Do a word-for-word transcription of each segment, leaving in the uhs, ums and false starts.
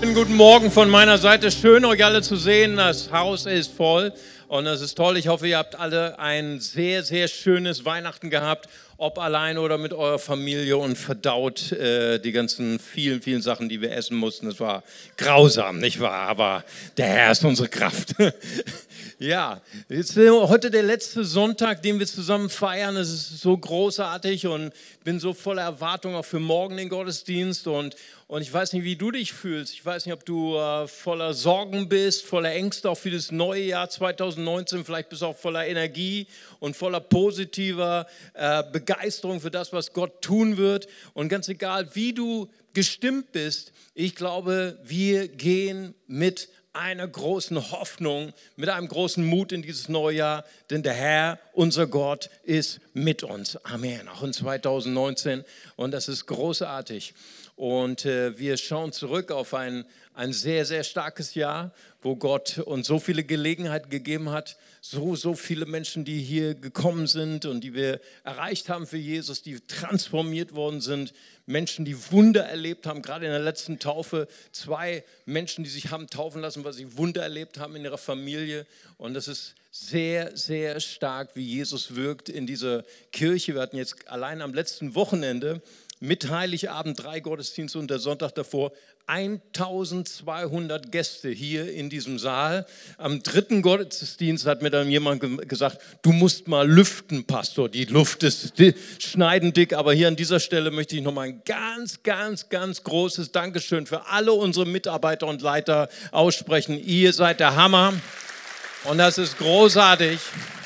Guten Morgen von meiner Seite. Schön, euch alle zu sehen. Das Haus ist voll und das ist toll. Ich hoffe, ihr habt alle ein sehr, sehr schönes Weihnachten gehabt, ob allein oder mit eurer Familie und verdaut äh, die ganzen vielen, vielen Sachen, die wir essen mussten. Das war grausam, nicht wahr? Aber der Herr ist unsere Kraft. Ja, jetzt ist heute der letzte Sonntag, den wir zusammen feiern. Es ist so großartig und bin so voller Erwartung auch für morgen den Gottesdienst. Und, und ich weiß nicht, wie du dich fühlst. Ich weiß nicht, ob du äh, voller Sorgen bist, voller Ängste auch für das neue Jahr zwanzig neunzehn. Vielleicht bist du auch voller Energie und voller positiver äh, Begeisterung für das, was Gott tun wird. Und ganz egal, wie du gestimmt bist, ich glaube, wir gehen mit einer großen Hoffnung, mit einem großen Mut in dieses neue Jahr, denn der Herr, unser Gott, ist mit uns. Amen. Auch in zwanzig neunzehn und das ist großartig. Und äh, wir schauen zurück auf ein, ein sehr, sehr starkes Jahr, wo Gott uns so viele Gelegenheiten gegeben hat, so, so viele Menschen, die hier gekommen sind und die wir erreicht haben für Jesus, die transformiert worden sind, Menschen, die Wunder erlebt haben, gerade in der letzten Taufe, zwei Menschen, die sich haben taufen lassen, weil sie Wunder erlebt haben in ihrer Familie. Und das ist sehr, sehr stark, wie Jesus wirkt in dieser Kirche. Wir hatten jetzt allein am letzten Wochenende mit Heiligabend drei Gottesdienste und der Sonntag davor eintausendzweihundert Gäste hier in diesem Saal. Am dritten Gottesdienst hat mir dann jemand gesagt, du musst mal lüften, Pastor, die Luft ist schneidend dick, aber hier an dieser Stelle möchte ich nochmal ein ganz, ganz, ganz großes Dankeschön für alle unsere Mitarbeiter und Leiter aussprechen. Ihr seid der Hammer und das ist großartig,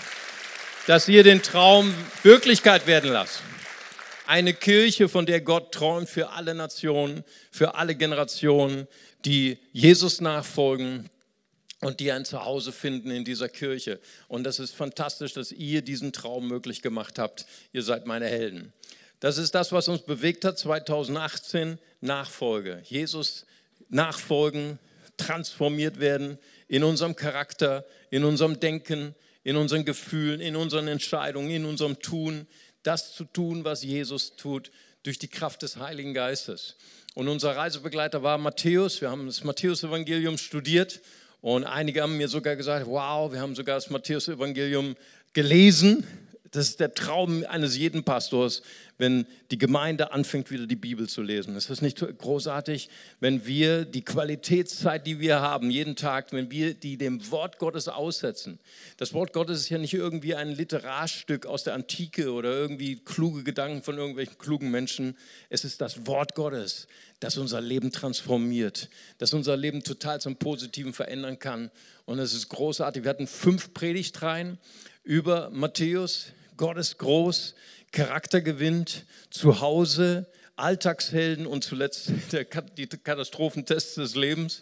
dass ihr den Traum Wirklichkeit werden lasst. Eine Kirche, von der Gott träumt für alle Nationen, für alle Generationen, die Jesus nachfolgen und die ein Zuhause finden in dieser Kirche. Und das ist fantastisch, dass ihr diesen Traum möglich gemacht habt. Ihr seid meine Helden. Das ist das, was uns bewegt hat, zwanzig achtzehn, Nachfolge. Jesus nachfolgen, transformiert werden in unserem Charakter, in unserem Denken, in unseren Gefühlen, in unseren Entscheidungen, in unserem Tun. Das zu tun, was Jesus tut, durch die Kraft des Heiligen Geistes. Und unser Reisebegleiter war Matthäus. Wir haben das Matthäus-Evangelium studiert und einige haben mir sogar gesagt, wow, wir haben sogar das Matthäus-Evangelium gelesen. Das ist der Traum eines jeden Pastors, wenn die Gemeinde anfängt, wieder die Bibel zu lesen. Es ist nicht großartig, wenn wir die Qualitätszeit, die wir haben, jeden Tag, wenn wir die dem Wort Gottes aussetzen. Das Wort Gottes ist ja nicht irgendwie ein Literarstück aus der Antike oder irgendwie kluge Gedanken von irgendwelchen klugen Menschen. Es ist das Wort Gottes, das unser Leben transformiert, das unser Leben total zum Positiven verändern kann. Und es ist großartig. Wir hatten fünf Predigtreihen über Matthäus. Gott ist groß, Charakter gewinnt, Zuhause, Alltagshelden und zuletzt der, die Katastrophentests des Lebens.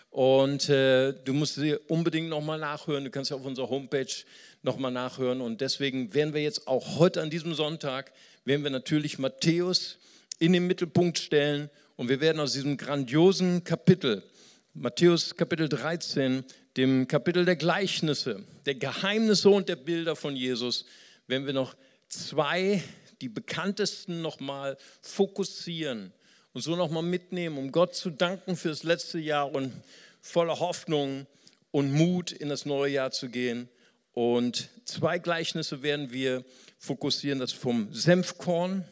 Und äh, du musst sie unbedingt nochmal nachhören. Du kannst ja auf unserer Homepage nochmal nachhören. Und deswegen werden wir jetzt auch heute an diesem Sonntag, werden wir natürlich Matthäus in den Mittelpunkt stellen. Und wir werden aus diesem grandiosen Kapitel, Matthäus Kapitel dreizehn, dem Kapitel der Gleichnisse, der Geheimnisse und der Bilder von Jesus, wenn wir noch zwei, die bekanntesten nochmal fokussieren und so nochmal mitnehmen, um Gott zu danken für das letzte Jahr und voller Hoffnung und Mut in das neue Jahr zu gehen. Und zwei Gleichnisse werden wir fokussieren, das vom Senfkorn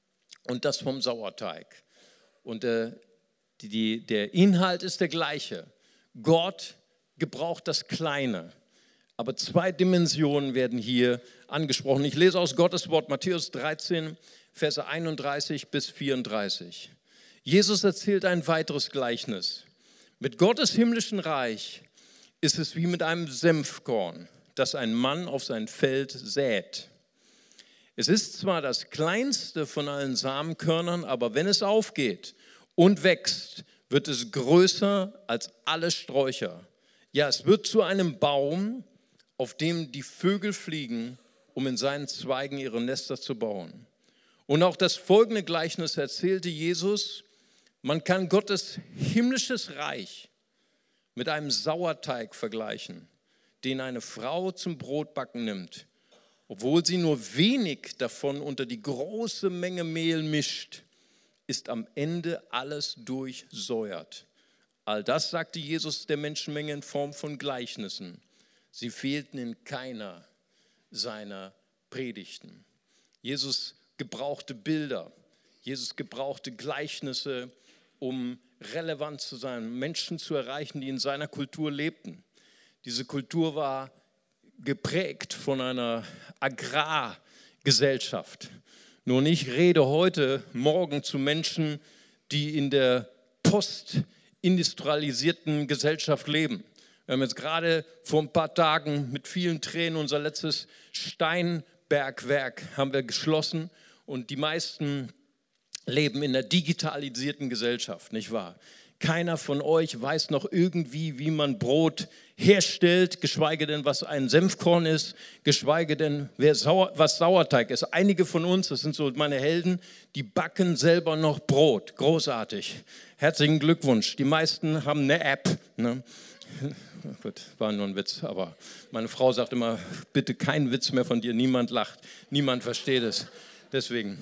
und das vom Sauerteig. Und der, die, der Inhalt ist der gleiche. Gott gebraucht das Kleine. Aber zwei Dimensionen werden hier angesprochen. Ich lese aus Gottes Wort Matthäus dreizehn, Verse einunddreißig bis vierunddreißig. Jesus erzählt ein weiteres Gleichnis. Mit Gottes himmlischen Reich ist es wie mit einem Senfkorn, das ein Mann auf sein Feld sät. Es ist zwar das kleinste von allen Samenkörnern, aber wenn es aufgeht und wächst, wird es größer als alle Sträucher. Ja, es wird zu einem Baum, auf dem die Vögel fliegen, um in seinen Zweigen ihre Nester zu bauen. Und auch das folgende Gleichnis erzählte Jesus. Man kann Gottes himmlisches Reich mit einem Sauerteig vergleichen, den eine Frau zum Brotbacken nimmt. Obwohl sie nur wenig davon unter die große Menge Mehl mischt, ist am Ende alles durchsäuert. All das sagte Jesus der Menschenmenge in Form von Gleichnissen. Sie fehlten in keiner seiner Predigten. Jesus gebrauchte Bilder, Jesus gebrauchte Gleichnisse, um relevant zu sein, Menschen zu erreichen, die in seiner Kultur lebten. Diese Kultur war geprägt von einer Agrargesellschaft. Nun, ich rede heute Morgen zu Menschen, die in der postindustrialisierten Gesellschaft leben. Wir haben jetzt gerade vor ein paar Tagen mit vielen Tränen unser letztes Steinbergwerk haben wir geschlossen und die meisten leben in der digitalisierten Gesellschaft, nicht wahr? Keiner von euch weiß noch irgendwie, wie man Brot herstellt, geschweige denn, was ein Senfkorn ist, geschweige denn, wer Sauer, was Sauerteig ist. Einige von uns, das sind so meine Helden, die backen selber noch Brot. Großartig. Herzlichen Glückwunsch. Die meisten haben eine App. Ne? Gut, war nur ein Witz, aber meine Frau sagt immer, bitte kein Witz mehr von dir, niemand lacht, niemand versteht es. Deswegen.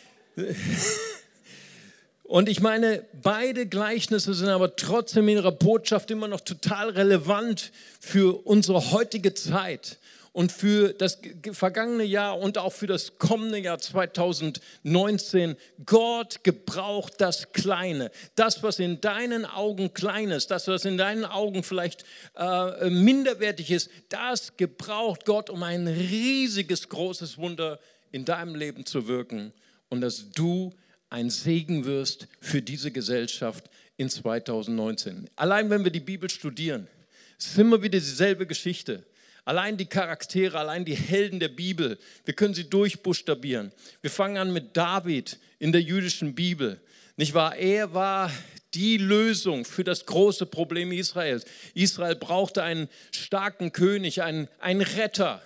Und ich meine, beide Gleichnisse sind aber trotzdem in ihrer Botschaft immer noch total relevant für unsere heutige Zeit und für das vergangene Jahr und auch für das kommende Jahr zweitausendneunzehn. Gott gebraucht das Kleine. Das, was in deinen Augen klein ist, das, was in deinen Augen vielleicht äh, minderwertig ist, das gebraucht Gott, um ein riesiges, großes Wunder in deinem Leben zu wirken und dass du ein Segen wirst für diese Gesellschaft in zweitausendneunzehn. Allein wenn wir die Bibel studieren, ist immer wieder dieselbe Geschichte. Allein die Charaktere, allein die Helden der Bibel, wir können sie durchbuchstabieren. Wir fangen an mit David in der jüdischen Bibel. Nicht wahr? Er war die Lösung für das große Problem Israels. Israel brauchte einen starken König, einen, einen Retter.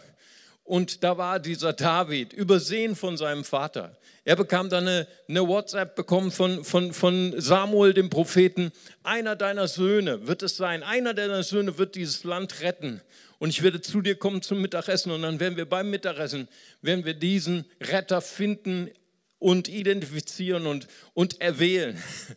Und da war dieser David, übersehen von seinem Vater. Er bekam dann eine, eine WhatsApp bekommen von, von, von Samuel, dem Propheten. Einer deiner Söhne wird es sein. Einer deiner Söhne wird dieses Land retten. Und ich werde zu dir kommen zum Mittagessen. Und dann werden wir beim Mittagessen, werden wir diesen Retter finden und identifizieren und, und erwählen.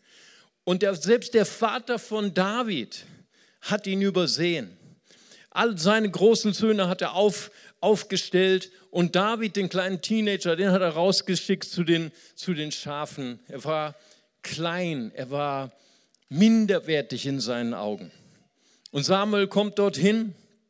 Und der, selbst der Vater von David hat ihn übersehen. All seine großen Söhne hat er auf, aufgestellt und David, den kleinen Teenager, den hat er rausgeschickt zu den, zu den Schafen. Er war klein, er war minderwertig in seinen Augen. Und Samuel kommt dorthin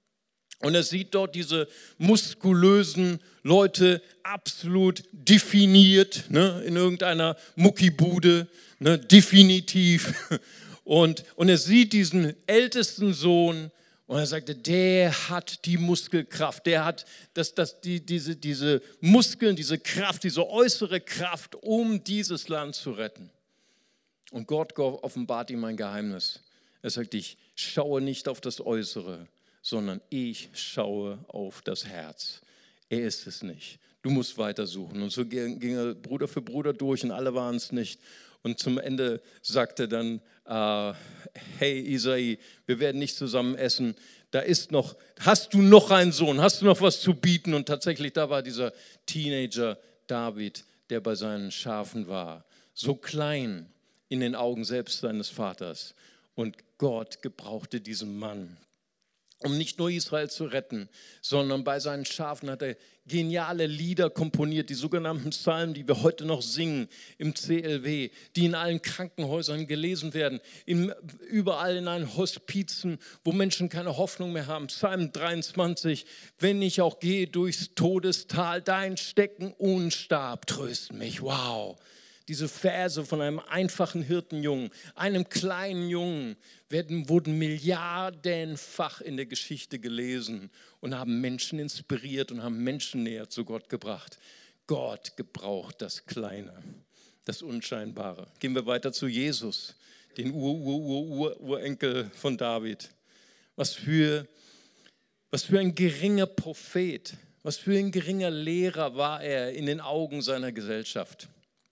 und er sieht dort diese muskulösen Leute absolut definiert, ne, in irgendeiner Muckibude, ne, definitiv. Und, und er sieht diesen ältesten Sohn. Und er sagte, der hat die Muskelkraft, der hat das, das, die, diese, diese Muskeln, diese Kraft, diese äußere Kraft, um dieses Land zu retten. Und Gott offenbart ihm ein Geheimnis. Er sagt, ich schaue nicht auf das Äußere, sondern ich schaue auf das Herz. Er ist es nicht. Du musst weitersuchen. Und so ging er Bruder für Bruder durch und alle waren es nicht. Und zum Ende sagte dann, äh, hey Isai, wir werden nicht zusammen essen. Da ist noch, hast du noch einen Sohn? Hast du noch was zu bieten? Und tatsächlich, da war dieser Teenager David, der bei seinen Schafen war. So klein in den Augen selbst seines Vaters. Und Gott gebrauchte diesen Mann, um nicht nur Israel zu retten, sondern bei seinen Schafen hat er geniale Lieder komponiert, die sogenannten Psalmen, die wir heute noch singen im C L W, die in allen Krankenhäusern gelesen werden, in, überall in allen Hospizen, wo Menschen keine Hoffnung mehr haben. Psalm dreiundzwanzig, wenn ich auch gehe durchs Todestal, dein Stecken und Stab trösten mich. Wow! Diese Verse von einem einfachen Hirtenjungen, einem kleinen Jungen, werden, wurden milliardenfach in der Geschichte gelesen und haben Menschen inspiriert und haben Menschen näher zu Gott gebracht. Gott gebraucht das Kleine, das Unscheinbare. Gehen wir weiter zu Jesus, den Ur-Ur-Ur-Urenkel von David. Was für, was für ein geringer Prophet, was für ein geringer Lehrer war er in den Augen seiner Gesellschaft.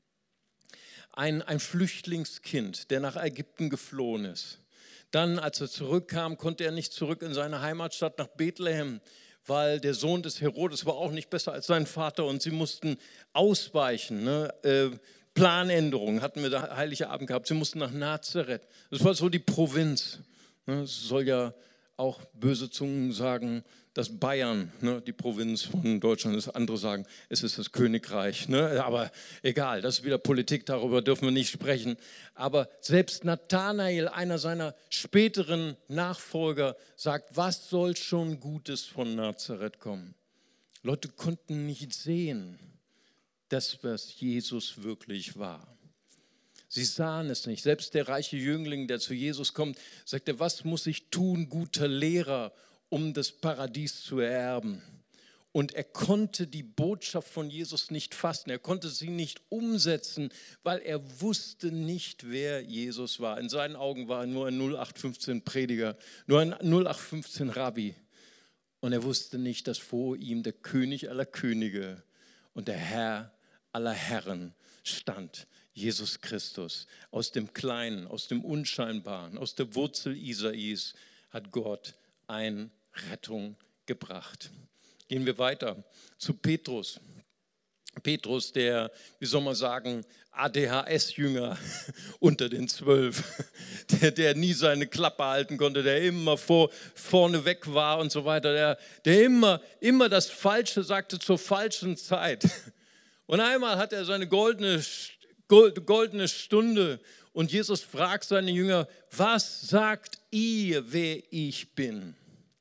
Ein, ein Flüchtlingskind, der nach Ägypten geflohen ist. Dann, als er zurückkam, konnte er nicht zurück in seine Heimatstadt nach Bethlehem, weil der Sohn des Herodes war auch nicht besser als sein Vater und sie mussten ausweichen. Ne? Äh, Planänderung hatten wir da Heiligabend gehabt. Sie mussten nach Nazareth. Das war so die Provinz. Es soll ja auch böse Zungen sagen, dass Bayern, ne, die Provinz von Deutschland ist. Andere sagen, es ist das Königreich. Ne? Aber egal, das ist wieder Politik, darüber dürfen wir nicht sprechen. Aber selbst Nathanael, einer seiner späteren Nachfolger, sagt, was soll schon Gutes von Nazareth kommen? Leute konnten nicht sehen, dass was Jesus wirklich war. Sie sahen es nicht. Selbst der reiche Jüngling, der zu Jesus kommt, sagte, was muss ich tun, guter Lehrer, um das Paradies zu ererben? Und er konnte die Botschaft von Jesus nicht fassen. Er konnte sie nicht umsetzen, weil er wusste nicht, wer Jesus war. In seinen Augen war er nur ein null acht fünfzehn Prediger, nur ein null acht fünfzehn Rabbi. Und er wusste nicht, dass vor ihm der König aller Könige und der Herr aller Herren stand. Jesus Christus. Aus dem Kleinen, aus dem Unscheinbaren, aus der Wurzel Isais hat Gott eine Rettung gebracht. Gehen wir weiter zu Petrus. Petrus, der, wie soll man sagen, A D H S-Jünger unter den Zwölf, der, der nie seine Klappe halten konnte, der immer vor, vorne weg war und so weiter, der, der immer, immer das Falsche sagte zur falschen Zeit. Und einmal hat er seine goldene, goldene Stunde und Jesus fragt seine Jünger, was sagt ihr, wer ich bin?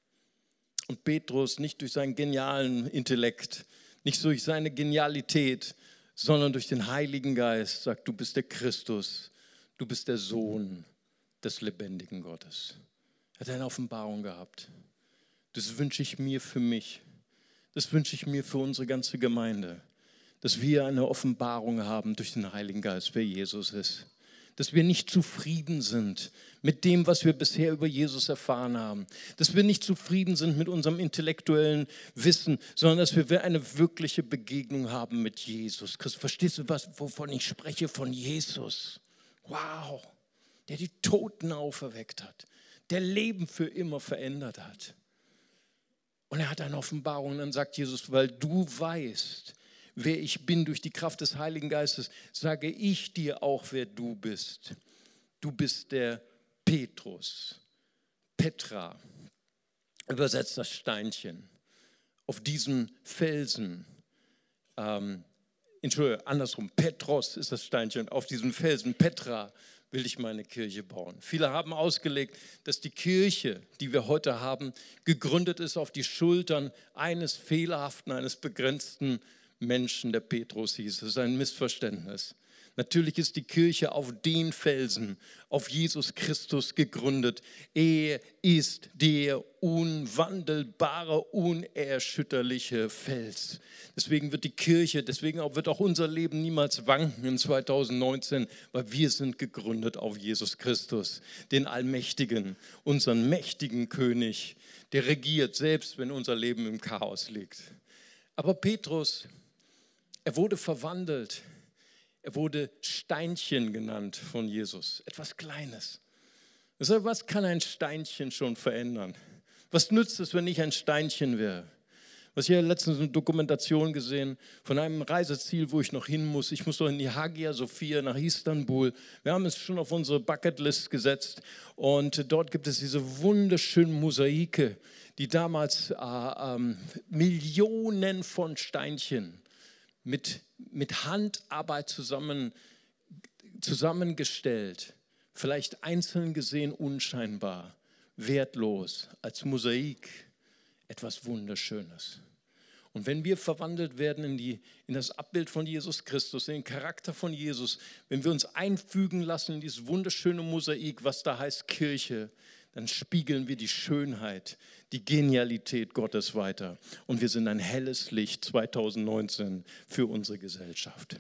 Und Petrus nicht durch seinen genialen Intellekt, nicht durch seine Genialität, sondern durch den Heiligen Geist sagt, du bist der Christus, du bist der Sohn des lebendigen Gottes. Er hat eine Offenbarung gehabt. Das wünsche ich mir für mich. Das wünsche ich mir für unsere ganze Gemeinde. Dass wir eine Offenbarung haben durch den Heiligen Geist, wer Jesus ist. Dass wir nicht zufrieden sind mit dem, was wir bisher über Jesus erfahren haben. Dass wir nicht zufrieden sind mit unserem intellektuellen Wissen, sondern dass wir eine wirkliche Begegnung haben mit Jesus Christus. Verstehst du, was, wovon ich spreche? Von Jesus. Wow, der die Toten auferweckt hat, der Leben für immer verändert hat. Und er hat eine Offenbarung und dann sagt Jesus, weil du weißt, wer ich bin durch die Kraft des Heiligen Geistes, sage ich dir auch, wer du bist. Du bist der Petrus. Petra, übersetzt das Steinchen. Auf diesem Felsen, ähm, Entschuldigung, andersrum, Petros ist das Steinchen. Auf diesem Felsen, Petra, will ich meine Kirche bauen. Viele haben ausgelegt, dass die Kirche, die wir heute haben, gegründet ist auf die Schultern eines fehlerhaften, eines begrenzten Menschen, der Petrus hieß. Das ist ein Missverständnis. Natürlich ist die Kirche auf den Felsen, auf Jesus Christus gegründet. Er ist der unwandelbare, unerschütterliche Fels. Deswegen wird die Kirche, deswegen auch, wird auch unser Leben niemals wanken in zweitausendneunzehn, weil wir sind gegründet auf Jesus Christus, den Allmächtigen, unseren mächtigen König, der regiert, selbst wenn unser Leben im Chaos liegt. Aber Petrus, er wurde verwandelt. Er wurde Steinchen genannt von Jesus. Etwas Kleines. Also was kann ein Steinchen schon verändern? Was nützt es, wenn ich ein Steinchen wäre? Was ich habe letztens eine Dokumentation gesehen von einem Reiseziel, wo ich noch hin muss. Ich muss noch in die Hagia Sophia nach Istanbul. Wir haben es schon auf unsere Bucketlist gesetzt. Und dort gibt es diese wunderschönen Mosaike, die damals äh, ähm, Millionen von Steinchen mit, mit Handarbeit zusammen, zusammengestellt, vielleicht einzeln gesehen unscheinbar, wertlos, als Mosaik, etwas Wunderschönes. Und wenn wir verwandelt werden in, die, in das Abbild von Jesus Christus, in den Charakter von Jesus, wenn wir uns einfügen lassen in dieses wunderschöne Mosaik, was da heißt Kirche, dann spiegeln wir die Schönheit, die Genialität Gottes weiter. Und wir sind ein helles Licht zweitausendneunzehn für unsere Gesellschaft.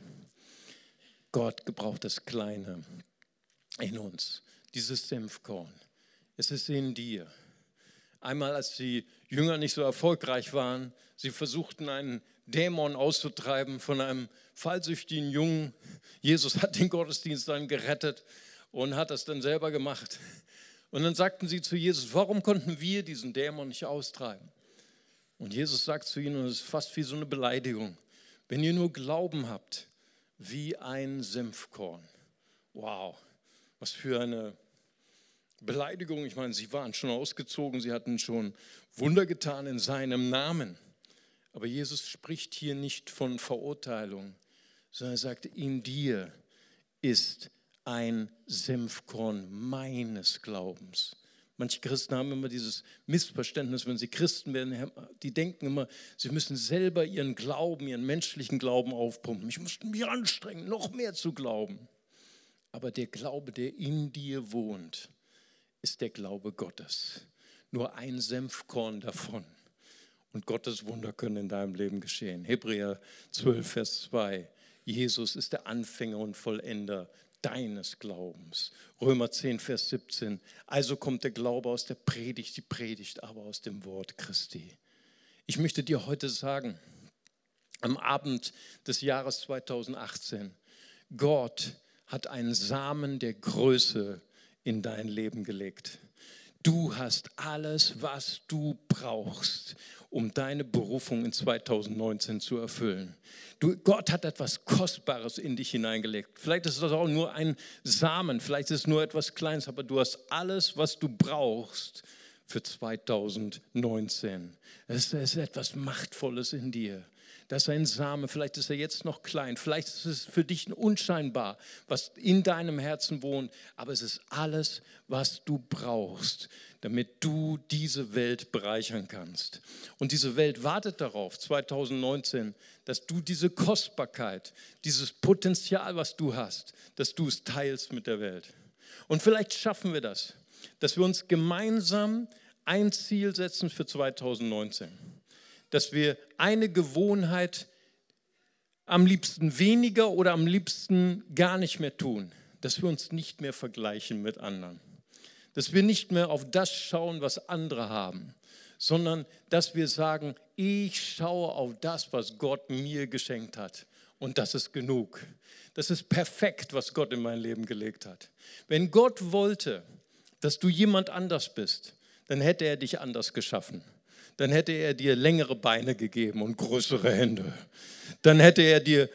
Gott gebraucht das Kleine in uns, dieses Senfkorn. Es ist in dir. Einmal, als die Jünger nicht so erfolgreich waren, sie versuchten, einen Dämon auszutreiben von einem fallsüchtigen Jungen. Jesus hat den Gottesdienst dann gerettet und hat das dann selber gemacht. Und dann sagten sie zu Jesus, warum konnten wir diesen Dämon nicht austreiben? Und Jesus sagt zu ihnen, und es ist fast wie so eine Beleidigung, wenn ihr nur Glauben habt, wie ein Senfkorn. Wow, was für eine Beleidigung. Ich meine, sie waren schon ausgezogen, sie hatten schon Wunder getan in seinem Namen. Aber Jesus spricht hier nicht von Verurteilung, sondern er sagt, in dir ist ein Senfkorn meines Glaubens. Manche Christen haben immer dieses Missverständnis, wenn sie Christen werden, die denken immer, sie müssen selber ihren Glauben, ihren menschlichen Glauben aufpumpen. Ich muss mich anstrengen, noch mehr zu glauben. Aber der Glaube, der in dir wohnt, ist der Glaube Gottes. Nur ein Senfkorn davon. Und Gottes Wunder können in deinem Leben geschehen. Hebräer zwölf, Vers zwei. Jesus ist der Anfänger und Vollender deines Glaubens. Römer zehn, Vers siebzehn. Also kommt der Glaube aus der Predigt, die Predigt aber aus dem Wort Christi. Ich möchte dir heute sagen, am Abend des Jahres zweitausendachtzehn, Gott hat einen Samen der Größe in dein Leben gelegt. Du hast alles, was du brauchst, um deine Berufung in zweitausendneunzehn zu erfüllen. Du, Gott hat etwas Kostbares in dich hineingelegt. Vielleicht ist das auch nur ein Samen, vielleicht ist es nur etwas Kleines, aber du hast alles, was du brauchst für zweitausendneunzehn. Es ist etwas Machtvolles in dir. Das ist ein Same, vielleicht ist er jetzt noch klein, vielleicht ist es für dich unscheinbar, was in deinem Herzen wohnt, aber es ist alles, was du brauchst, damit du diese Welt bereichern kannst. Und diese Welt wartet darauf, zweitausendneunzehn, dass du diese Kostbarkeit, dieses Potenzial, was du hast, dass du es teilst mit der Welt. Und vielleicht schaffen wir das, dass wir uns gemeinsam ein Ziel setzen für zweitausendneunzehn. Dass wir eine Gewohnheit am liebsten weniger oder am liebsten gar nicht mehr tun. Dass wir uns nicht mehr vergleichen mit anderen. Dass wir nicht mehr auf das schauen, was andere haben, sondern dass wir sagen, ich schaue auf das, was Gott mir geschenkt hat. Und das ist genug. Das ist perfekt, was Gott in mein Leben gelegt hat. Wenn Gott wollte, dass du jemand anders bist, dann hätte er dich anders geschaffen. Dann hätte er dir längere Beine gegeben und größere Hände. Dann hätte er dir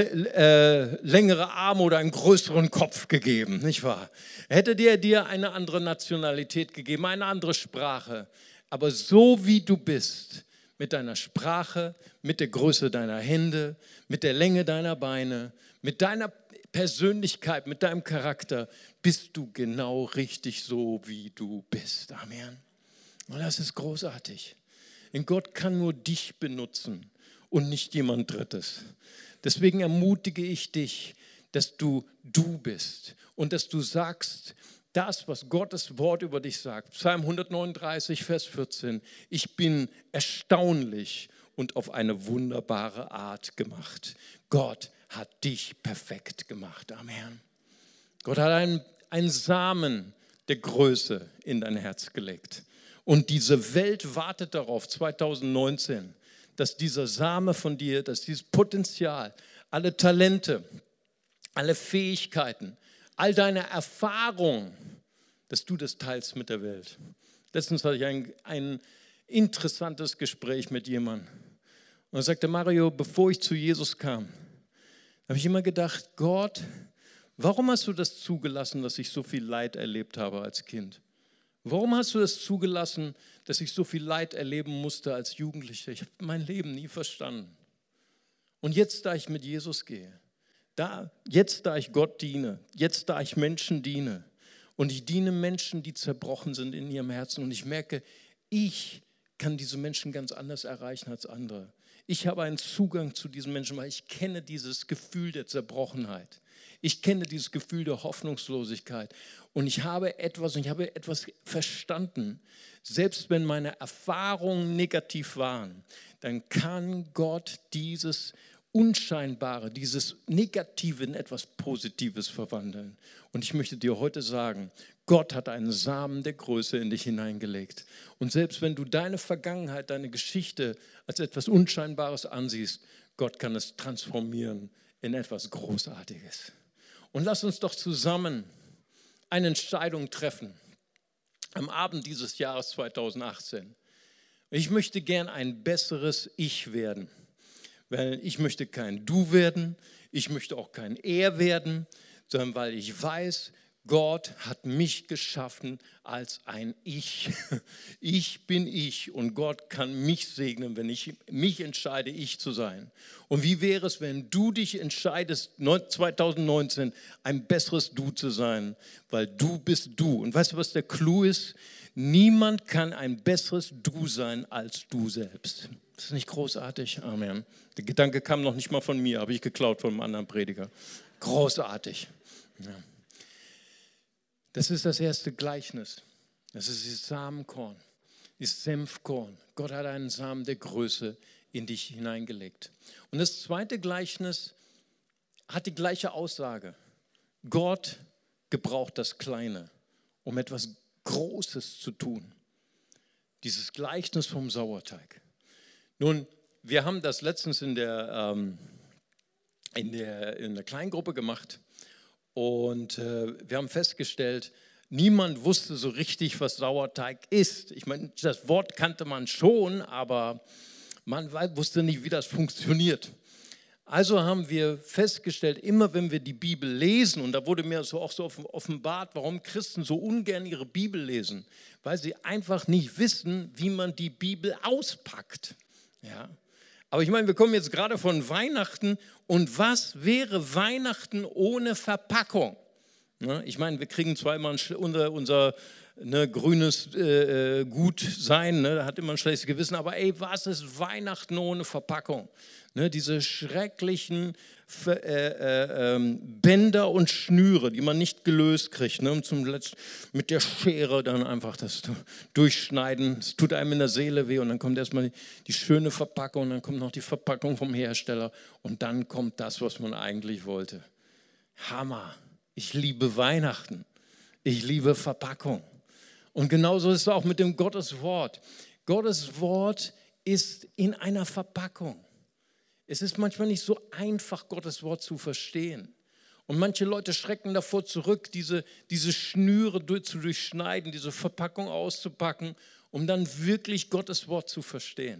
äh, längere Arme oder einen größeren Kopf gegeben, nicht wahr? Hätte er dir eine andere Nationalität gegeben, eine andere Sprache. Aber so wie du bist, mit deiner Sprache, mit der Größe deiner Hände, mit der Länge deiner Beine, mit deiner Persönlichkeit, mit deinem Charakter, bist du genau richtig so, wie du bist. Amen. Und das ist großartig. Denn Gott kann nur dich benutzen und nicht jemand Drittes. Deswegen ermutige ich dich, dass du du bist und dass du sagst, das, was Gottes Wort über dich sagt. Psalm hundertneununddreißig, Vers vierzehn. Ich bin erstaunlich und auf eine wunderbare Art gemacht. Gott hat dich perfekt gemacht. Amen. Gott hat einen, einen Samen der Größe in dein Herz gelegt. Und diese Welt wartet darauf, zweitausendneunzehn, dass dieser Same von dir, dass dieses Potenzial, alle Talente, alle Fähigkeiten, all deine Erfahrungen, dass du das teilst mit der Welt. Letztens hatte ich ein, ein interessantes Gespräch mit jemandem. Und er sagte, Mario, bevor ich zu Jesus kam, habe ich immer gedacht, Gott, warum hast du das zugelassen, dass ich so viel Leid erlebt habe als Kind? Warum hast du es zugelassen, dass ich so viel Leid erleben musste als Jugendlicher? Ich habe mein Leben nie verstanden. Und jetzt, da ich mit Jesus gehe, da, jetzt, da ich Gott diene, jetzt, da ich Menschen diene und ich diene Menschen, die zerbrochen sind in ihrem Herzen und ich merke, ich kann diese Menschen ganz anders erreichen als andere. Ich habe einen Zugang zu diesen Menschen, weil ich kenne dieses Gefühl der Zerbrochenheit. Ich kenne dieses Gefühl der Hoffnungslosigkeit und ich habe etwas, und ich habe etwas verstanden. Selbst wenn meine Erfahrungen negativ waren, dann kann Gott dieses Unscheinbare, dieses Negative in etwas Positives verwandeln. Und ich möchte dir heute sagen, Gott hat einen Samen der Größe in dich hineingelegt. Und selbst wenn du deine Vergangenheit, deine Geschichte als etwas Unscheinbares ansiehst, Gott kann es transformieren in etwas Großartiges. Und lass uns doch zusammen eine Entscheidung treffen am Abend dieses Jahres zweitausendachtzehn. Ich möchte gern ein besseres Ich werden, weil ich möchte kein Du werden, Ich möchte auch kein Er werden, sondern weil ich weiß, Gott hat mich geschaffen als ein Ich. Ich bin ich und Gott kann mich segnen, wenn ich mich entscheide, ich zu sein. Und wie wäre es, wenn du dich entscheidest, zwanzig neunzehn ein besseres Du zu sein, weil du bist du. Und weißt du, was der Clou ist? Niemand kann ein besseres Du sein als du selbst. Das ist nicht großartig? Amen. Der Gedanke kam noch nicht mal von mir, habe ich geklaut von einem anderen Prediger. Großartig. Ja. Das ist das erste Gleichnis. Das ist das Samenkorn, das Senfkorn. Gott hat einen Samen der Größe in dich hineingelegt. Und das zweite Gleichnis hat die gleiche Aussage. Gott gebraucht das Kleine, um etwas Großes zu tun. Dieses Gleichnis vom Sauerteig. Nun, wir haben das letztens in der, ähm, in der, in der Kleingruppe gemacht. Und äh, wir haben festgestellt, niemand wusste so richtig, was Sauerteig ist. Ich meine, das Wort kannte man schon, aber man wusste nicht, wie das funktioniert. Also haben wir festgestellt, immer wenn wir die Bibel lesen, und da wurde mir so auch so offenbart, warum Christen so ungern ihre Bibel lesen, weil sie einfach nicht wissen, wie man die Bibel auspackt. Ja. Aber ich meine, wir kommen jetzt gerade von Weihnachten und was wäre Weihnachten ohne Verpackung? Ne? Ich meine, wir kriegen zweimal unser, unser ne, grünes äh, Gutsein, ne? Da hat immer ein schlechtes Gewissen, aber ey, was ist Weihnachten ohne Verpackung? Ne? Diese schrecklichen äh, äh, äh, Bänder und Schnüre, die man nicht gelöst kriegt, ne? Und zum letzten mit der Schere dann einfach das durchschneiden, es tut einem in der Seele weh und dann kommt erstmal die, die schöne Verpackung und dann kommt noch die Verpackung vom Hersteller und dann kommt das, was man eigentlich wollte. Hammer, ich liebe Weihnachten, ich liebe Verpackung und genauso ist es auch mit dem Gottes Wort. Gottes Wort ist in einer Verpackung. Es ist manchmal nicht so einfach, Gottes Wort zu verstehen. Und manche Leute schrecken davor zurück, diese, diese Schnüre durch, zu durchschneiden, diese Verpackung auszupacken, um dann wirklich Gottes Wort zu verstehen.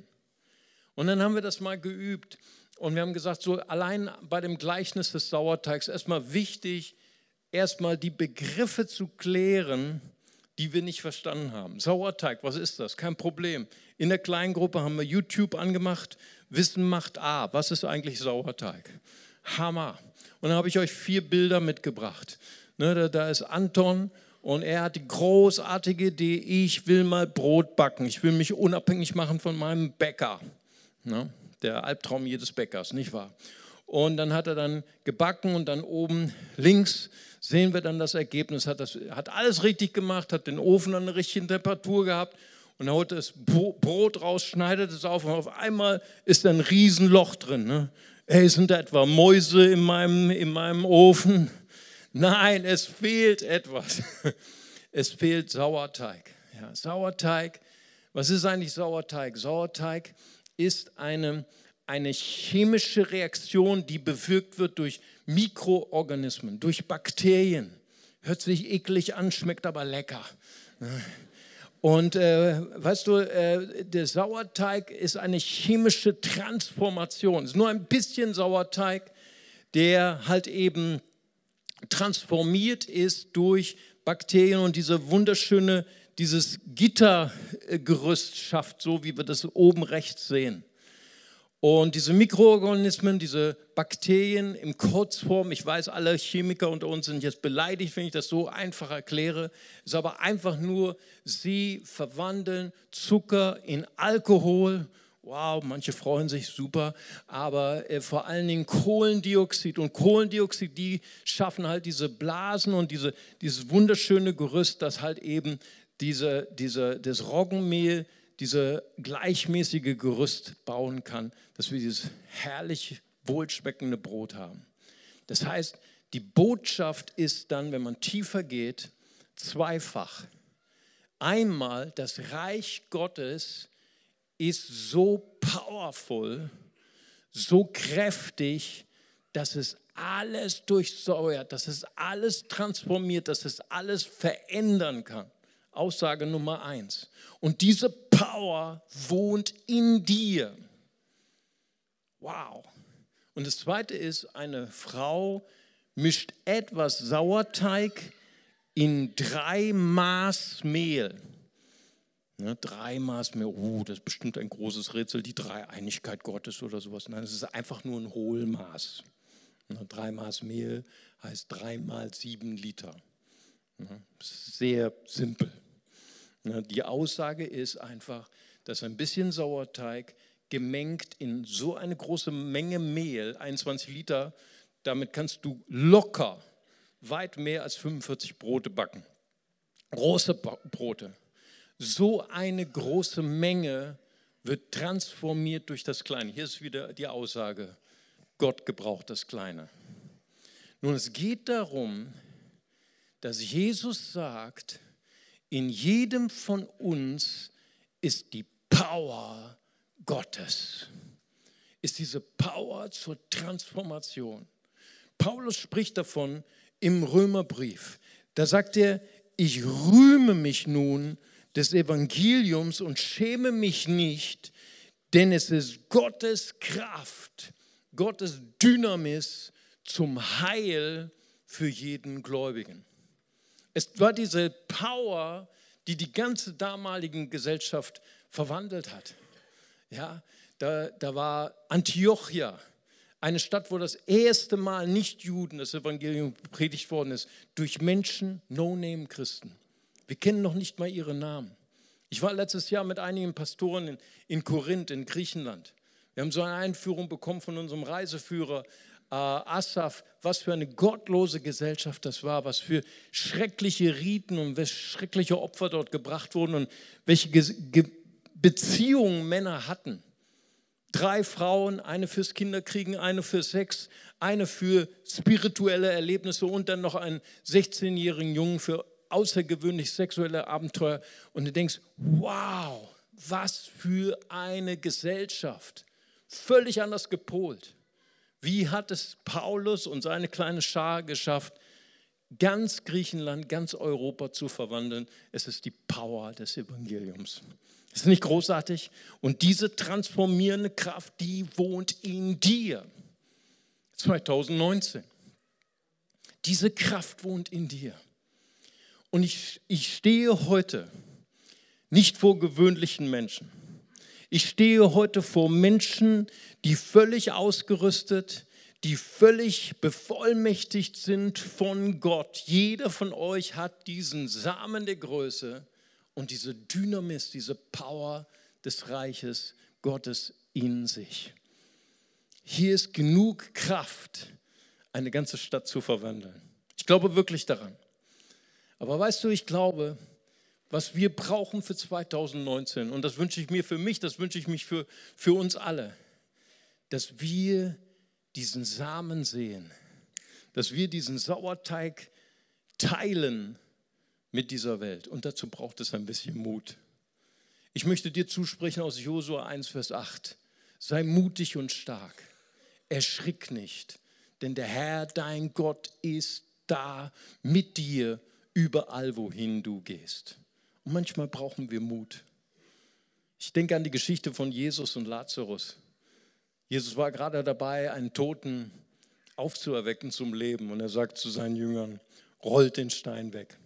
Und dann haben wir das mal geübt. Und wir haben gesagt, so allein bei dem Gleichnis des Sauerteigs erstmal wichtig, erstmal die Begriffe zu klären, die wir nicht verstanden haben. Sauerteig, was ist das? Kein Problem. In der Kleingruppe haben wir YouTube angemacht. Wissen macht A. Was ist eigentlich Sauerteig? Hammer. Und dann habe ich euch vier Bilder mitgebracht. Ne, da, da ist Anton und er hat die großartige Idee, ich will mal Brot backen. Ich will mich unabhängig machen von meinem Bäcker. Ne, der Albtraum jedes Bäckers, nicht wahr? Und dann hat er dann gebacken und dann oben links sehen wir dann das Ergebnis. Hat, das, hat alles richtig gemacht, hat den Ofen an der richtigen Temperatur gehabt. Und er holt das Brot raus, schneidet es auf und auf einmal ist da ein Riesenloch drin. Ne? Ey, sind da etwa Mäuse in meinem, in meinem Ofen? Nein, es fehlt etwas. Es fehlt Sauerteig. Ja, Sauerteig, was ist eigentlich Sauerteig? Sauerteig ist eine, eine chemische Reaktion, die bewirkt wird durch Mikroorganismen, durch Bakterien. Hört sich eklig an, schmeckt aber lecker. Und äh, weißt du, äh, der Sauerteig ist eine chemische Transformation. Es ist nur ein bisschen Sauerteig, der halt eben transformiert ist durch Bakterien und diese wunderschöne, dieses Gittergerüst schafft, so wie wir das oben rechts sehen. Und diese Mikroorganismen, diese Bakterien in Kurzform, ich weiß, alle Chemiker unter uns sind jetzt beleidigt, wenn ich das so einfach erkläre, ist aber einfach nur, sie verwandeln Zucker in Alkohol. Wow, manche freuen sich, super, aber äh, vor allen Dingen Kohlendioxid. Und Kohlendioxid, die schaffen halt diese Blasen und diese, dieses wunderschöne Gerüst, das halt eben diese, diese, das Roggenmehl, diese gleichmäßige Gerüst bauen kann, dass wir dieses herrlich wohlschmeckende Brot haben. Das heißt, die Botschaft ist dann, wenn man tiefer geht, zweifach. Einmal, das Reich Gottes ist so powerful, so kräftig, dass es alles durchsäuert, dass es alles transformiert, dass es alles verändern kann. Aussage Nummer eins. Und diese Power wohnt in dir. Wow. Und das Zweite ist, eine Frau mischt etwas Sauerteig in drei Maß Mehl. Ne, drei Maß Mehl, oh, das ist bestimmt ein großes Rätsel, die Dreieinigkeit Gottes oder sowas. Nein, es ist einfach nur ein Hohlmaß. Ne, drei Maß Mehl heißt drei mal sieben Liter. Ne, sehr simpel. Ne, die Aussage ist einfach, dass ein bisschen Sauerteig gemengt in so eine große Menge Mehl, einundzwanzig Liter, damit kannst du locker weit mehr als fünfundvierzig Brote backen. Große Brote. So eine große Menge wird transformiert durch das Kleine. Hier ist wieder die Aussage, Gott gebraucht das Kleine. Nun, es geht darum, dass Jesus sagt, in jedem von uns ist die Power Gottes, ist diese Power zur Transformation. Paulus spricht davon im Römerbrief. Da sagt er, ich rühme mich nun des Evangeliums und schäme mich nicht, denn es ist Gottes Kraft, Gottes Dynamis zum Heil für jeden Gläubigen. Es war diese Power, die die ganze damalige Gesellschaft verwandelt hat. Ja, da, da war Antiochia, eine Stadt, wo das erste Mal Nichtjuden das Evangelium gepredigt worden ist, durch Menschen, No-Name-Christen. Wir kennen noch nicht mal ihre Namen. Ich war letztes Jahr mit einigen Pastoren in, in Korinth, in Griechenland. Wir haben so eine Einführung bekommen von unserem Reiseführer äh, Asaf, was für eine gottlose Gesellschaft das war, was für schreckliche Riten und welche schreckliche Opfer dort gebracht wurden und welche Ge- Ge- Beziehungen Männer hatten. Drei Frauen, eine fürs Kinderkriegen, eine für Sex, eine für spirituelle Erlebnisse und dann noch einen sechzehnjährigen Jungen für außergewöhnlich sexuelle Abenteuer. Und du denkst, wow, was für eine Gesellschaft. Völlig anders gepolt. Wie hat es Paulus und seine kleine Schar geschafft, ganz Griechenland, ganz Europa zu verwandeln? Es ist die Power des Evangeliums. Ist das nicht großartig? Und diese transformierende Kraft, die wohnt in dir. zwanzig neunzehn. Diese Kraft wohnt in dir. Und ich, ich stehe heute nicht vor gewöhnlichen Menschen. Ich stehe heute vor Menschen, die völlig ausgerüstet, die völlig bevollmächtigt sind von Gott. Jeder von euch hat diesen Samen der Größe und diese Dynamis, diese Power des Reiches Gottes in sich. Hier ist genug Kraft, eine ganze Stadt zu verwandeln. Ich glaube wirklich daran. Aber weißt du, ich glaube, was wir brauchen für zwanzig neunzehn, und das wünsche ich mir für mich, das wünsche ich mich für, für uns alle, dass wir diesen Samen sehen, dass wir diesen Sauerteig teilen mit dieser Welt. Und dazu braucht es ein bisschen Mut. Ich möchte dir zusprechen aus Josua eins, Vers acht. Sei mutig und stark, erschrick nicht, denn der Herr, dein Gott, ist da mit dir, überall, wohin du gehst. Und manchmal brauchen wir Mut. Ich denke an die Geschichte von Jesus und Lazarus. Jesus war gerade dabei, einen Toten aufzuerwecken zum Leben. Und er sagt zu seinen Jüngern, rollt den Stein weg.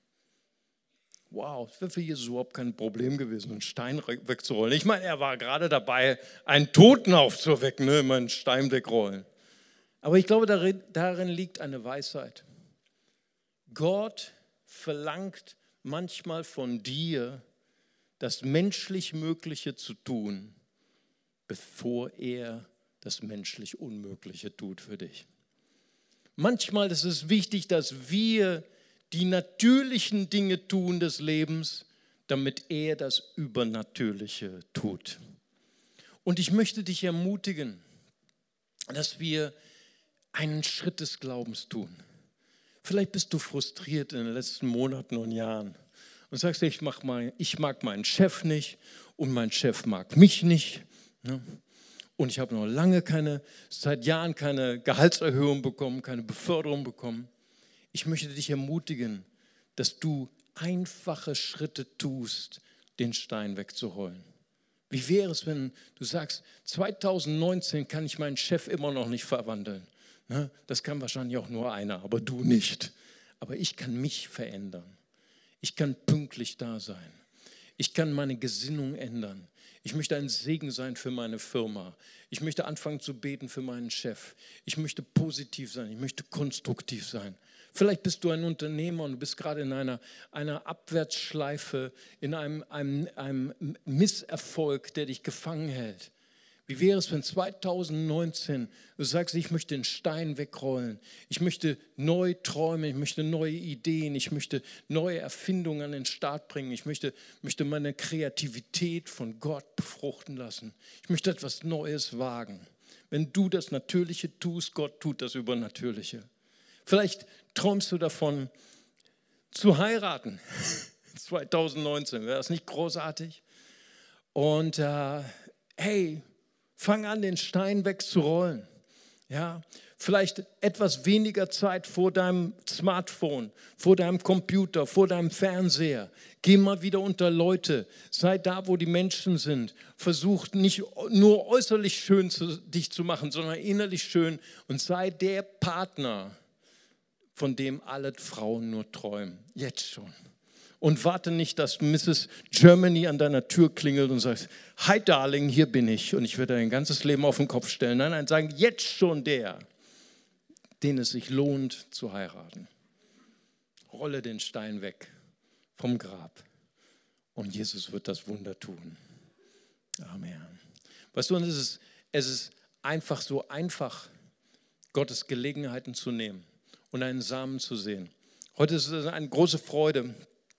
Wow, das wäre für Jesus überhaupt kein Problem gewesen, einen Stein wegzurollen. Ich meine, er war gerade dabei, einen Toten aufzuerwecken, ne, immer einen Stein wegrollen. Aber ich glaube, darin, darin liegt eine Weisheit. Gott verlangt manchmal von dir, das menschlich Mögliche zu tun, bevor er das menschlich Unmögliche tut für dich. Manchmal ist es wichtig, dass wir die natürlichen Dinge tun des Lebens, damit er das Übernatürliche tut. Und ich möchte dich ermutigen, dass wir einen Schritt des Glaubens tun. Vielleicht bist du frustriert in den letzten Monaten und Jahren und sagst, ich, mach mein, ich mag meinen Chef nicht und mein Chef mag mich nicht. Ne? Und ich habe noch lange keine, seit Jahren keine Gehaltserhöhung bekommen, keine Beförderung bekommen. Ich möchte dich ermutigen, dass du einfache Schritte tust, den Stein wegzurollen. Wie wäre es, wenn du sagst, zwanzig neunzehn kann ich meinen Chef immer noch nicht verwandeln. Ne? Das kann wahrscheinlich auch nur einer, aber du nicht. Aber ich kann mich verändern. Ich kann pünktlich da sein. Ich kann meine Gesinnung ändern. Ich möchte ein Segen sein für meine Firma. Ich möchte anfangen zu beten für meinen Chef. Ich möchte positiv sein. Ich möchte konstruktiv sein. Vielleicht bist du ein Unternehmer und du bist gerade in einer, einer Abwärtsschleife, in einem, einem, einem Misserfolg, der dich gefangen hält. Wie wäre es, wenn zwanzig neunzehn du sagst, ich möchte den Stein wegrollen, ich möchte neu träumen, ich möchte neue Ideen, ich möchte neue Erfindungen an den Start bringen, ich möchte, möchte meine Kreativität von Gott befruchten lassen. Ich möchte etwas Neues wagen. Wenn du das Natürliche tust, Gott tut das Übernatürliche. Vielleicht träumst du davon, zu heiraten. zwanzig neunzehn, wäre das nicht großartig? Und äh, hey, fang an, den Stein wegzurollen. Ja, vielleicht etwas weniger Zeit vor deinem Smartphone, vor deinem Computer, vor deinem Fernseher. Geh mal wieder unter Leute. Sei da, wo die Menschen sind. Versuch nicht nur äußerlich schön zu, dich zu machen, sondern innerlich schön. Und sei der Partner, von dem alle Frauen nur träumen. Jetzt schon. Und warte nicht, dass Misses Germany an deiner Tür klingelt und sagt, hi Darling, hier bin ich und ich werde dein ganzes Leben auf den Kopf stellen. Nein, nein, sagen jetzt schon der, den es sich lohnt zu heiraten. Rolle den Stein weg vom Grab und Jesus wird das Wunder tun. Amen. Weißt du, und es ist, es ist einfach so einfach, Gottes Gelegenheiten zu nehmen und einen Samen zu sehen. Heute ist es eine große Freude,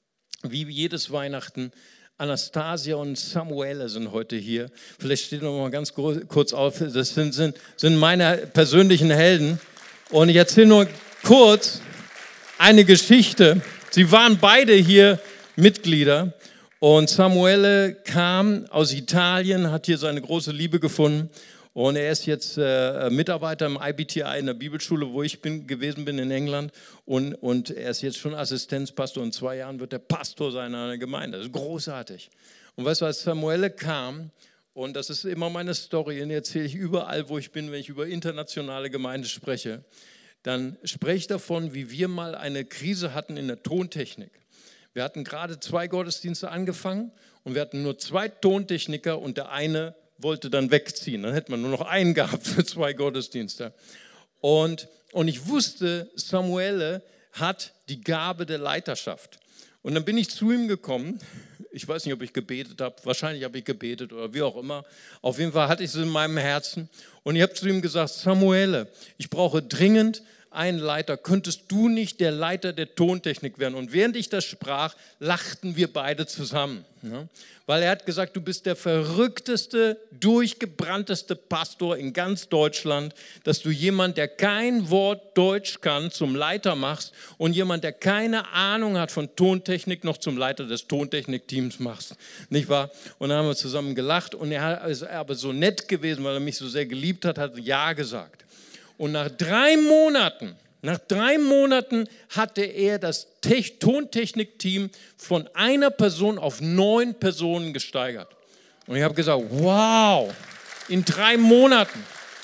wie jedes Weihnachten. Anastasia und Samuele sind heute hier. Vielleicht steht noch mal ganz kurz auf. Das sind, sind, sind meine persönlichen Helden. Und ich erzähle nur kurz eine Geschichte. Sie waren beide hier Mitglieder. Und Samuele kam aus Italien, hat hier seine große Liebe gefunden. Und er ist jetzt äh, Mitarbeiter im I B T I in der Bibelschule, wo ich bin, gewesen bin in England. Und, und er ist jetzt schon Assistenzpastor. In zwei Jahren wird er Pastor sein in einer Gemeinde. Das ist großartig. Und weißt du, als Samuele kam, und das ist immer meine Story, und die erzähle ich überall, wo ich bin, wenn ich über internationale Gemeinde spreche, dann spreche ich davon, wie wir mal eine Krise hatten in der Tontechnik. Wir hatten gerade zwei Gottesdienste angefangen und wir hatten nur zwei Tontechniker und der eine wollte dann wegziehen. Dann hätte man nur noch einen gehabt für zwei Gottesdienste. Und, und ich wusste, Samuele hat die Gabe der Leiterschaft. Und dann bin ich zu ihm gekommen. Ich weiß nicht, ob ich gebetet habe. Wahrscheinlich habe ich gebetet oder wie auch immer. Auf jeden Fall hatte ich es in meinem Herzen. Und ich habe zu ihm gesagt, Samuele, ich brauche dringend einen Leiter. Könntest du nicht der Leiter der Tontechnik werden? Und während ich das sprach, lachten wir beide zusammen. Ja? Weil er hat gesagt, du bist der verrückteste, durchgebrannteste Pastor in ganz Deutschland, dass du jemand, der kein Wort Deutsch kann, zum Leiter machst und jemand, der keine Ahnung hat von Tontechnik, noch zum Leiter des Tontechnikteams machst. Nicht wahr? Und dann haben wir zusammen gelacht und er ist aber so nett gewesen, weil er mich so sehr geliebt hat, hat Ja gesagt. Und nach drei Monaten, nach drei Monaten hatte er das Tontechnik-Team von einer Person auf neun Personen gesteigert. Und ich habe gesagt, wow, in drei Monaten.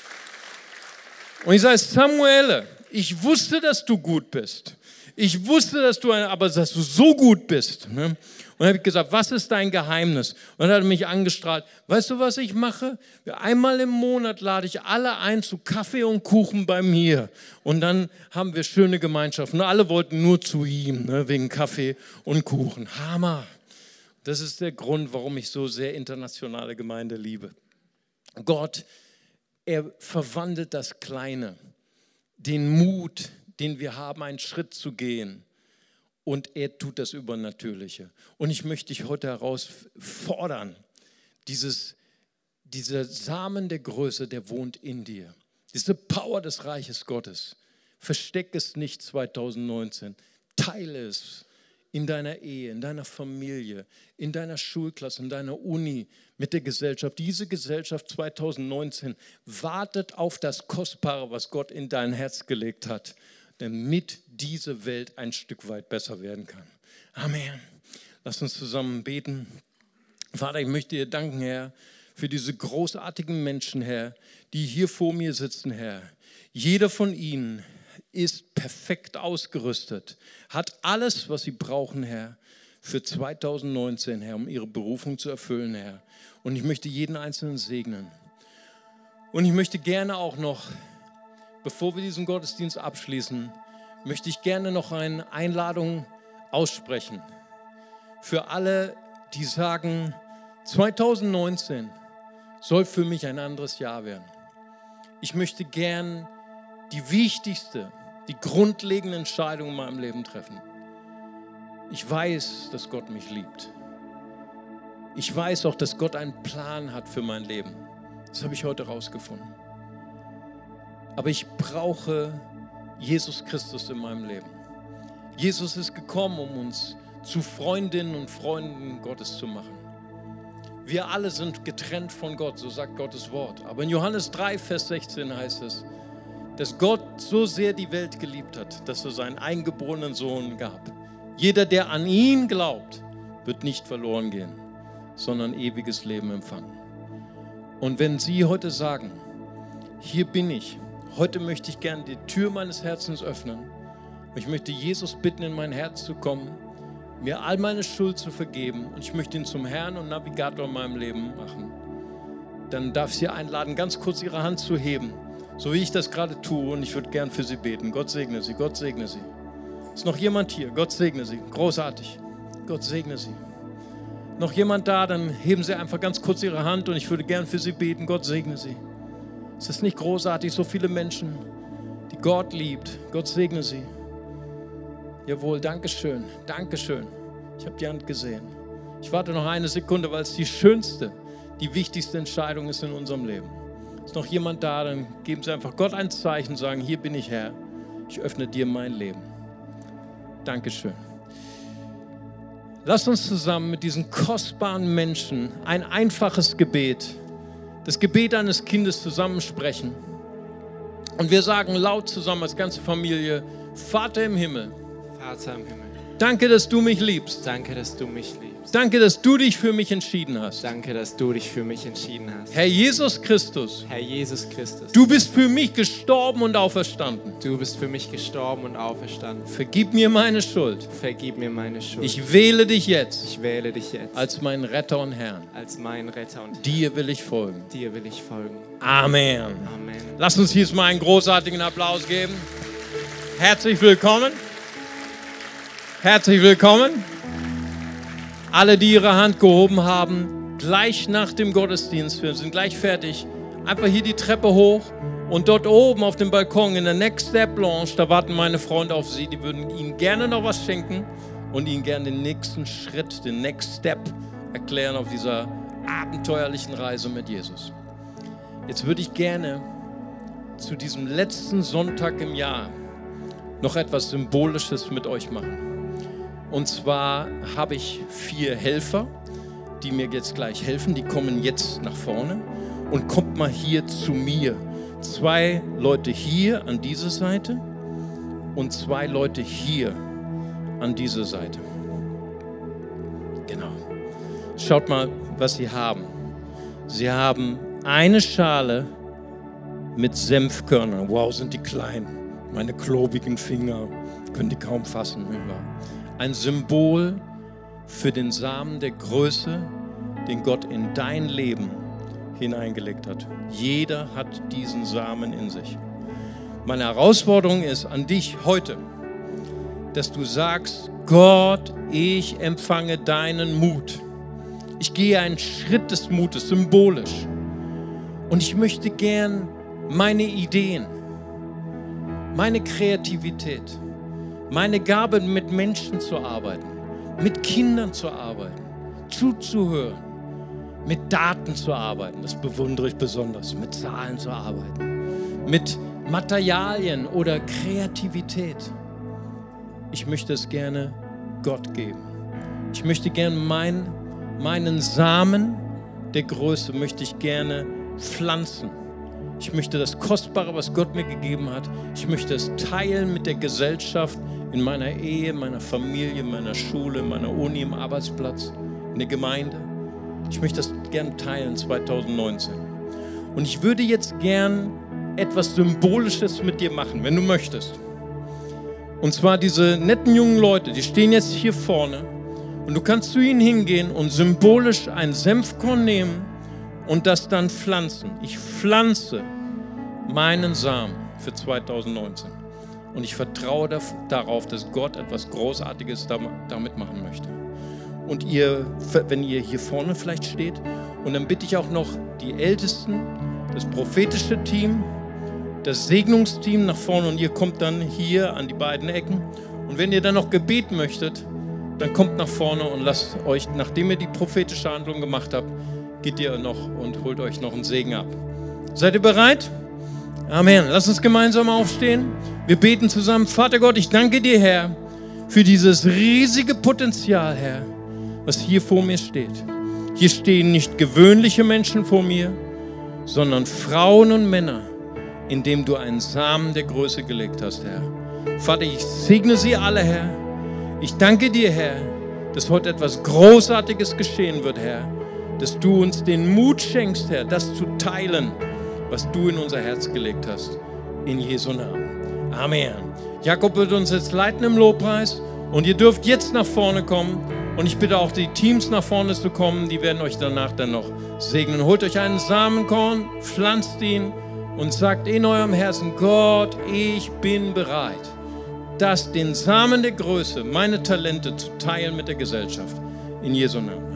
Und ich sage, Samuele, ich wusste, dass du gut bist. Ich wusste, dass du, aber dass du so gut bist. Ne? Und dann habe ich gesagt, was ist dein Geheimnis? Und dann hat er mich angestrahlt. Weißt du, was ich mache? Einmal im Monat lade ich alle ein zu Kaffee und Kuchen bei mir. Und dann haben wir schöne Gemeinschaften. Und alle wollten nur zu ihm, ne, wegen Kaffee und Kuchen. Hammer. Das ist der Grund, warum ich so sehr internationale Gemeinde liebe. Gott, er verwandelt das Kleine, den Mut, den wir haben, einen Schritt zu gehen. Und er tut das Übernatürliche. Und ich möchte dich heute herausfordern, dieses, dieser Samen der Größe, der wohnt in dir. Diese Power des Reiches Gottes. Versteck es nicht zwanzig neunzehn. Teile es in deiner Ehe, in deiner Familie, in deiner Schulklasse, in deiner Uni, mit der Gesellschaft. Diese Gesellschaft zwanzig neunzehn wartet auf das Kostbare, was Gott in dein Herz gelegt hat, damit diese Welt ein Stück weit besser werden kann. Amen. Lass uns zusammen beten. Vater, ich möchte dir danken, Herr, für diese großartigen Menschen, Herr, die hier vor mir sitzen, Herr. Jeder von ihnen ist perfekt ausgerüstet, hat alles, was sie brauchen, Herr, für zweitausendneunzehn, Herr, um ihre Berufung zu erfüllen, Herr. Und ich möchte jeden Einzelnen segnen. Und ich möchte gerne auch noch, bevor wir diesen Gottesdienst abschließen, möchte ich gerne noch eine Einladung aussprechen. Für alle, die sagen, zweitausendneunzehn soll für mich ein anderes Jahr werden. Ich möchte gern die wichtigste, die grundlegende Entscheidung in meinem Leben treffen. Ich weiß, dass Gott mich liebt. Ich weiß auch, dass Gott einen Plan hat für mein Leben. Das habe ich heute rausgefunden. Aber ich brauche Jesus Christus in meinem Leben. Jesus ist gekommen, um uns zu Freundinnen und Freunden Gottes zu machen. Wir alle sind getrennt von Gott, so sagt Gottes Wort. Aber in Johannes drei, Vers sechzehn heißt es, dass Gott so sehr die Welt geliebt hat, dass er seinen eingeborenen Sohn gab. Jeder, der an ihn glaubt, wird nicht verloren gehen, sondern ewiges Leben empfangen. Und wenn Sie heute sagen, hier bin ich, heute möchte ich gerne die Tür meines Herzens öffnen, ich möchte Jesus bitten, in mein Herz zu kommen, mir all meine Schuld zu vergeben und ich möchte ihn zum Herrn und Navigator in meinem Leben machen, dann darf ich Sie einladen, ganz kurz Ihre Hand zu heben, so wie ich das gerade tue, und ich würde gern für Sie beten. Gott segne Sie, Gott segne Sie. Ist noch jemand hier? Gott segne Sie. Großartig. Gott segne Sie. Noch jemand da? Dann heben Sie einfach ganz kurz Ihre Hand und ich würde gern für Sie beten. Gott segne Sie. Ist das nicht großartig? So viele Menschen, die Gott liebt. Gott segne Sie. Jawohl, Dankeschön. Dankeschön. Ich habe die Hand gesehen. Ich warte noch eine Sekunde, weil es die schönste, die wichtigste Entscheidung ist in unserem Leben. Ist noch jemand da? Dann geben Sie einfach Gott ein Zeichen, sagen, hier bin ich, Herr. Ich öffne dir mein Leben. Dankeschön. Lass uns zusammen mit diesen kostbaren Menschen ein einfaches Gebet, das Gebet eines Kindes zusammensprechen. Und wir sagen laut zusammen als ganze Familie, Vater im Himmel, Vater im Himmel, danke, dass du mich liebst. danke, dass du mich liebst. Danke, dass du dich für mich entschieden hast. Danke, dass du dich für mich entschieden hast. Herr Jesus Christus, Herr Jesus Christus, du bist für mich gestorben und auferstanden. du bist für mich gestorben und auferstanden. Vergib mir meine Schuld. Vergib mir meine Schuld. Ich wähle dich jetzt Ich wähle dich jetzt als meinen Retter und Herrn. als meinen Retter und Herr. Dir will ich folgen. Dir will ich folgen. Amen. Amen. Lass uns jetzt mal einen großartigen Applaus geben. Herzlich willkommen. Herzlich willkommen. Alle, die ihre Hand gehoben haben, gleich nach dem Gottesdienst, wir sind gleich fertig, einfach hier die Treppe hoch und dort oben auf dem Balkon in der Next Step Lounge, da warten meine Freunde auf Sie, die würden Ihnen gerne noch was schenken und Ihnen gerne den nächsten Schritt, den Next Step erklären auf dieser abenteuerlichen Reise mit Jesus. Jetzt würde ich gerne zu diesem letzten Sonntag im Jahr noch etwas Symbolisches mit euch machen. Und zwar habe ich vier Helfer, die mir jetzt gleich helfen. Die kommen jetzt nach vorne und kommt mal hier zu mir. Zwei Leute hier an diese Seite und zwei Leute hier an diese Seite. Genau. Schaut mal, was sie haben. Sie haben eine Schale mit Senfkörnern. Wow, sind die klein. Meine klobigen Finger können die kaum fassen. Ein Symbol für den Samen der Größe, den Gott in dein Leben hineingelegt hat. Jeder hat diesen Samen in sich. Meine Herausforderung ist an dich heute, dass du sagst, Gott, ich empfange deinen Mut. Ich gehe einen Schritt des Mutes, symbolisch. Und ich möchte gern meine Ideen, meine Kreativität, meine Gabe, mit Menschen zu arbeiten, mit Kindern zu arbeiten, zuzuhören, mit Daten zu arbeiten, das bewundere ich besonders, mit Zahlen zu arbeiten, mit Materialien oder Kreativität. Ich möchte es gerne Gott geben. Ich möchte gerne mein, meinen Samen der Größe möchte ich gerne pflanzen. Ich möchte das Kostbare, was Gott mir gegeben hat, ich möchte es teilen mit der Gesellschaft, in meiner Ehe, meiner Familie, meiner Schule, meiner Uni, im Arbeitsplatz, in der Gemeinde. Ich möchte das gern teilen zwanzig neunzehn. Und ich würde jetzt gern etwas Symbolisches mit dir machen, wenn du möchtest. Und zwar diese netten jungen Leute, die stehen jetzt hier vorne und du kannst zu ihnen hingehen und symbolisch ein Senfkorn nehmen und das dann pflanzen. Ich pflanze meinen Samen für zwanzig neunzehn und ich vertraue darauf, dass Gott etwas Großartiges damit machen möchte. Und ihr, wenn ihr hier vorne vielleicht steht, und dann bitte ich auch noch die Ältesten, das prophetische Team, das Segnungsteam nach vorne und ihr kommt dann hier an die beiden Ecken. Und wenn ihr dann noch Gebet möchtet, dann kommt nach vorne und lasst euch, nachdem ihr die prophetische Handlung gemacht habt, geht ihr noch und holt euch noch einen Segen ab. Seid ihr bereit? Amen. Lasst uns gemeinsam aufstehen. Wir beten zusammen. Vater Gott, ich danke dir, Herr, für dieses riesige Potenzial, Herr, was hier vor mir steht. Hier stehen nicht gewöhnliche Menschen vor mir, sondern Frauen und Männer, in dem du einen Samen der Größe gelegt hast, Herr. Vater, ich segne sie alle, Herr. Ich danke dir, Herr, dass heute etwas Großartiges geschehen wird, Herr. Dass du uns den Mut schenkst, Herr, das zu teilen, was du in unser Herz gelegt hast. In Jesu Namen. Amen. Jakob wird uns jetzt leiten im Lobpreis und ihr dürft jetzt nach vorne kommen. Und ich bitte auch die Teams nach vorne zu kommen, die werden euch danach dann noch segnen. Holt euch einen Samenkorn, pflanzt ihn und sagt in eurem Herzen, Gott, ich bin bereit, das den Samen der Größe, meine Talente zu teilen mit der Gesellschaft. In Jesu Namen.